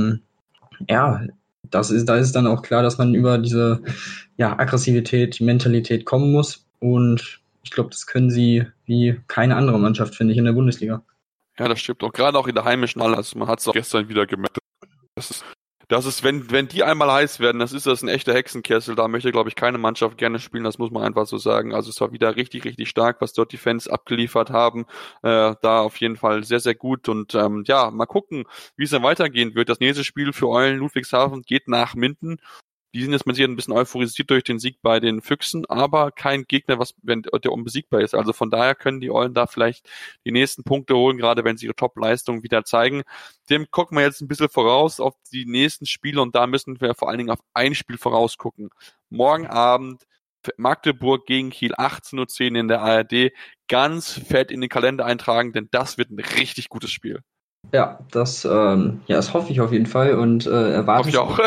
da ist dann auch klar, dass man über diese Aggressivität, Mentalität kommen muss. Und ich glaube, das können sie wie keine andere Mannschaft, finde ich, in der Bundesliga. Ja, das stimmt auch. Gerade auch in der heimischen Halle. Also man hat es auch gestern wieder gemerkt. Das ist, wenn die einmal heiß werden, das ein echter Hexenkessel. Da möchte, glaube ich, keine Mannschaft gerne spielen. Das muss man einfach so sagen. Also es war wieder richtig, richtig stark, was dort die Fans abgeliefert haben. Da auf jeden Fall sehr, sehr gut. Und mal gucken, wie es dann weitergehen wird. Das nächste Spiel für Eulen Ludwigshafen geht nach Minden. Die sind jetzt mit sich ein bisschen euphorisiert durch den Sieg bei den Füchsen, aber kein Gegner, der unbesiegbar ist. Also von daher können die Eulen da vielleicht die nächsten Punkte holen, gerade wenn sie ihre Top-Leistung wieder zeigen. Dem gucken wir jetzt ein bisschen voraus auf die nächsten Spiele und da müssen wir vor allen Dingen auf ein Spiel vorausgucken. Morgen Abend Magdeburg gegen Kiel, 18:10 Uhr in der ARD. Ganz fett in den Kalender eintragen, denn das wird ein richtig gutes Spiel. Ja, das hoffe ich auf jeden Fall und erwarte ich auch.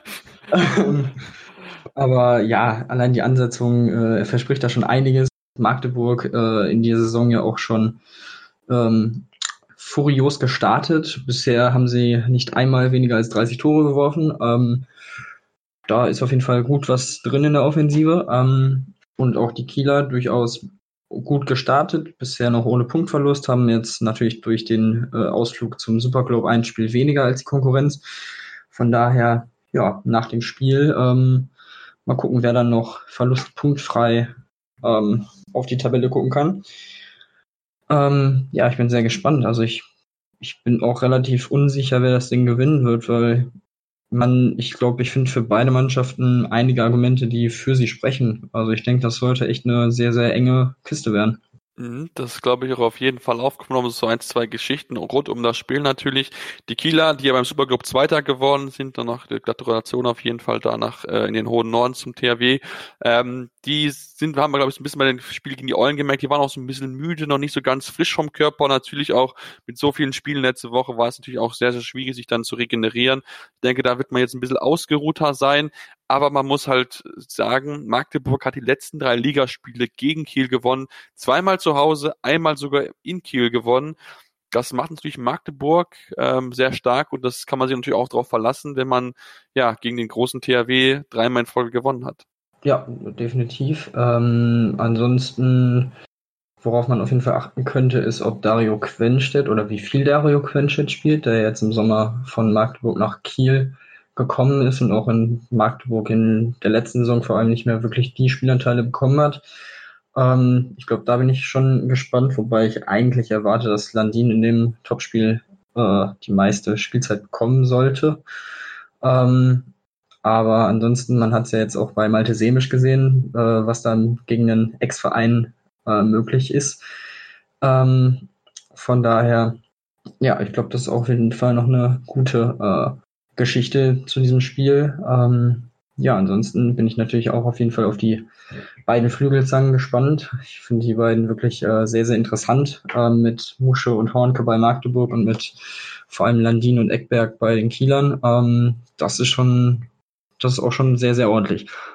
Aber ja, allein die Ansetzung verspricht da schon einiges. Magdeburg in dieser Saison ja auch schon furios gestartet. Bisher haben sie nicht einmal weniger als 30 Tore geworfen. Da ist auf jeden Fall gut was drin in der Offensive. Und auch die Kieler durchaus gut gestartet, bisher noch ohne Punktverlust, haben jetzt natürlich durch den Ausflug zum Superglobe ein Spiel weniger als die Konkurrenz. Von daher, nach dem Spiel mal gucken, wer dann noch verlustpunktfrei auf die Tabelle gucken kann. Ich bin sehr gespannt. Also ich bin auch relativ unsicher, wer das Ding gewinnen wird, weil ich finde für beide Mannschaften einige Argumente, die für sie sprechen. Also ich denke, das sollte echt eine sehr, sehr enge Kiste werden. Das glaube ich auch auf jeden Fall aufgenommen. So 1, 2 Geschichten rund um das Spiel natürlich. Die Kieler, die ja beim Superglobe Zweiter geworden sind, danach die Gratulation auf jeden Fall danach in den hohen Norden zum THW. Haben wir, glaube ich, ein bisschen bei den Spielen gegen die Eulen gemerkt, die waren auch so ein bisschen müde, noch nicht so ganz frisch vom Körper. Natürlich auch mit so vielen Spielen letzte Woche war es natürlich auch sehr, sehr schwierig, sich dann zu regenerieren. Ich denke, da wird man jetzt ein bisschen ausgeruhter sein. Aber man muss halt sagen, Magdeburg hat die letzten 3 Ligaspiele gegen Kiel gewonnen. 2-mal zu Hause, einmal sogar in Kiel gewonnen. Das macht natürlich Magdeburg sehr stark und das kann man sich natürlich auch darauf verlassen, wenn man gegen den großen THW 3-mal in Folge gewonnen hat. Ja, definitiv. Ansonsten, worauf man auf jeden Fall achten könnte, ist, ob Dario Quenstedt oder wie viel Dario Quenstedt spielt, der jetzt im Sommer von Magdeburg nach Kiel gekommen ist und auch in Magdeburg in der letzten Saison vor allem nicht mehr wirklich die Spielanteile bekommen hat. Ich glaube, da bin ich schon gespannt, wobei ich eigentlich erwarte, dass Landin in dem Topspiel die meiste Spielzeit bekommen sollte. Aber ansonsten, man hat es ja jetzt auch bei Malte Semisch gesehen, was dann gegen einen Ex-Verein möglich ist. Von daher, ich glaube, das ist auf jeden Fall noch eine gute Geschichte zu diesem Spiel. Ansonsten bin ich natürlich auch auf jeden Fall auf die beiden Flügelzangen gespannt. Ich finde die beiden wirklich sehr, sehr interessant, mit Musche und Hornke bei Magdeburg und mit vor allem Landin und Eckberg bei den Kielern. Das ist auch schon sehr, sehr ordentlich.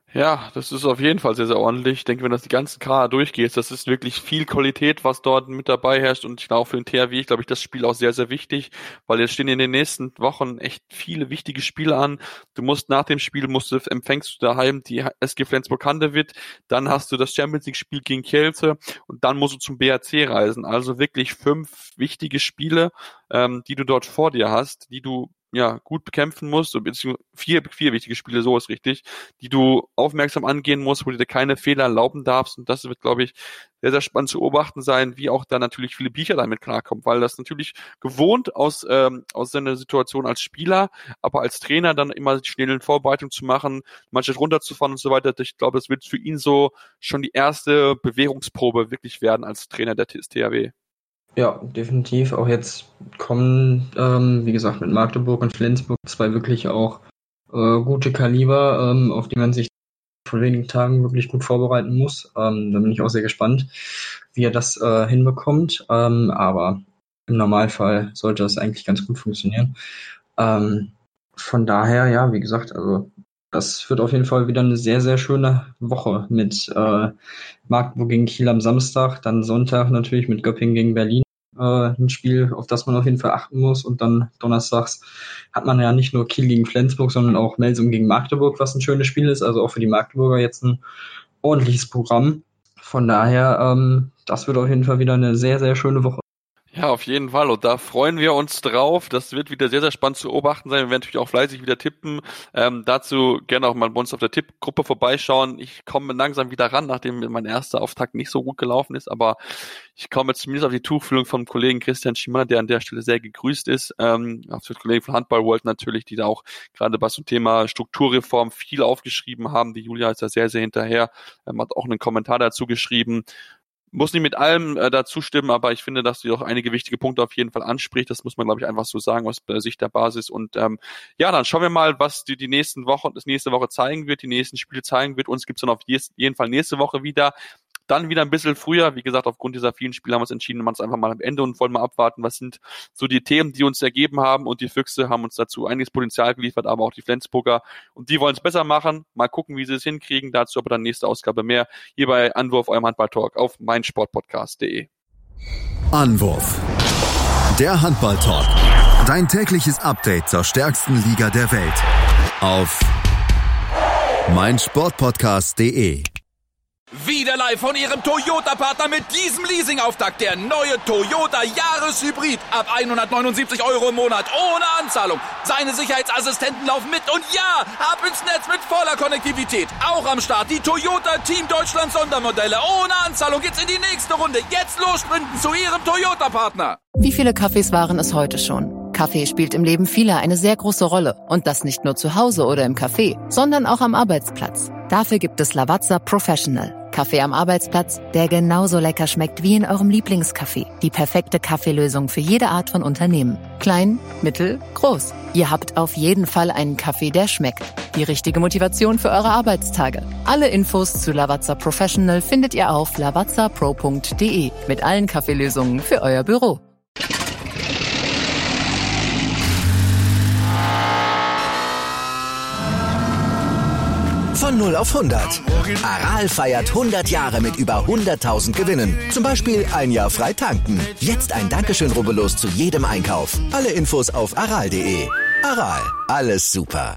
Ja, das ist auf jeden Fall sehr, sehr ordentlich. Ich denke, wenn das die ganzen Kader durchgeht, das ist wirklich viel Qualität, was dort mit dabei herrscht. Und ich glaube, für den THW, glaube ich, das Spiel auch sehr, sehr wichtig, weil jetzt stehen in den nächsten Wochen echt viele wichtige Spiele an. Du musst nach dem Spiel, empfängst du daheim die SG Flensburg-Handewitt, dann hast du das Champions-League-Spiel gegen Kielce und dann musst du zum BHC reisen. Also wirklich 5 wichtige Spiele, die du dort vor dir hast, die du gut bekämpfen musst, beziehungsweise 4 wichtige Spiele, so ist richtig, die du aufmerksam angehen musst, wo du dir keine Fehler erlauben darfst, und das wird, glaube ich, sehr, sehr spannend zu beobachten sein, wie auch da natürlich viele Bücher damit klarkommen, weil das natürlich gewohnt aus seiner Situation als Spieler, aber als Trainer dann immer die schnellen Vorbereitungen zu machen, Mannschaft runterzufahren und so weiter. Ich glaube, das wird für ihn so schon die erste Bewährungsprobe wirklich werden als Trainer des THW. Ja, definitiv. Auch jetzt kommen, wie gesagt, mit Magdeburg und Flensburg 2 wirklich auch gute Kaliber, auf die man sich vor wenigen Tagen wirklich gut vorbereiten muss. Da bin ich auch sehr gespannt, wie er das hinbekommt. Aber im Normalfall sollte das eigentlich ganz gut funktionieren. Von daher, ja, wie gesagt, also das wird auf jeden Fall wieder eine sehr, sehr schöne Woche mit Magdeburg gegen Kiel am Samstag, dann Sonntag natürlich mit Göppingen gegen Berlin. Ein Spiel, auf das man auf jeden Fall achten muss. Und dann donnerstags hat man ja nicht nur Kiel gegen Flensburg, sondern auch Melsungen gegen Magdeburg, was ein schönes Spiel ist. Also auch für die Magdeburger jetzt ein ordentliches Programm. Von daher, das wird auf jeden Fall wieder eine sehr, sehr schöne Woche. Ja, auf jeden Fall. Und da freuen wir uns drauf. Das wird wieder sehr, sehr spannend zu beobachten sein. Wir werden natürlich auch fleißig wieder tippen. Dazu gerne auch mal bei uns auf der Tippgruppe vorbeischauen. Ich komme langsam wieder ran, nachdem mein erster Auftakt nicht so gut gelaufen ist. Aber ich komme zumindest auf die Tuchfühlung vom Kollegen Christian Schimann, der an der Stelle sehr gegrüßt ist. Auf den Kollegen von Handball World natürlich, die da auch gerade bei so einem Thema Strukturreform viel aufgeschrieben haben. Die Julia ist da sehr, sehr hinterher. Hat auch einen Kommentar dazu geschrieben. Muss nicht mit allem dazu stimmen, aber ich finde, dass sie auch einige wichtige Punkte auf jeden Fall anspricht. Das muss man, glaube ich, einfach so sagen aus Sicht der Basis. Und dann schauen wir mal, was das nächste Woche zeigen wird, die nächsten Spiele zeigen wird. Uns gibt's dann auf jeden Fall nächste Woche wieder. Dann wieder ein bisschen früher. Wie gesagt, aufgrund dieser vielen Spiele haben wir uns entschieden, wir es einfach mal am Ende und wollen mal abwarten, was sind so die Themen, die uns ergeben haben. Und die Füchse haben uns dazu einiges Potenzial geliefert, aber auch die Flensburger. Und die wollen es besser machen. Mal gucken, wie sie es hinkriegen. Dazu aber dann nächste Ausgabe mehr. Hier bei Anwurf, eurem Handball-Talk auf meinsportpodcast.de. Anwurf. Der Handball-Talk. Dein tägliches Update zur stärksten Liga der Welt. Auf meinsportpodcast.de. Wieder live von Ihrem Toyota-Partner mit diesem Leasing-Auftakt. Der neue Toyota Jahreshybrid. Ab 179 € im Monat. Ohne Anzahlung. Seine Sicherheitsassistenten laufen mit. Und ja, ab ins Netz mit voller Konnektivität. Auch am Start die Toyota Team Deutschland Sondermodelle. Ohne Anzahlung geht's in die nächste Runde. Jetzt los sprinten zu Ihrem Toyota-Partner. Wie viele Kaffees waren es heute schon? Kaffee spielt im Leben vieler eine sehr große Rolle. Und das nicht nur zu Hause oder im Café, sondern auch am Arbeitsplatz. Dafür gibt es Lavazza Professional. Kaffee am Arbeitsplatz, der genauso lecker schmeckt wie in eurem Lieblingscafé. Die perfekte Kaffeelösung für jede Art von Unternehmen. Klein, mittel, groß. Ihr habt auf jeden Fall einen Kaffee, der schmeckt. Die richtige Motivation für eure Arbeitstage. Alle Infos zu Lavazza Professional findet ihr auf lavazzapro.de mit allen Kaffeelösungen für euer Büro. Von 0 auf 100. Aral feiert 100 Jahre mit über 100.000 Gewinnen. Zum Beispiel ein Jahr frei tanken. Jetzt ein Dankeschön, rubbellos zu jedem Einkauf. Alle Infos auf aral.de. Aral, alles super.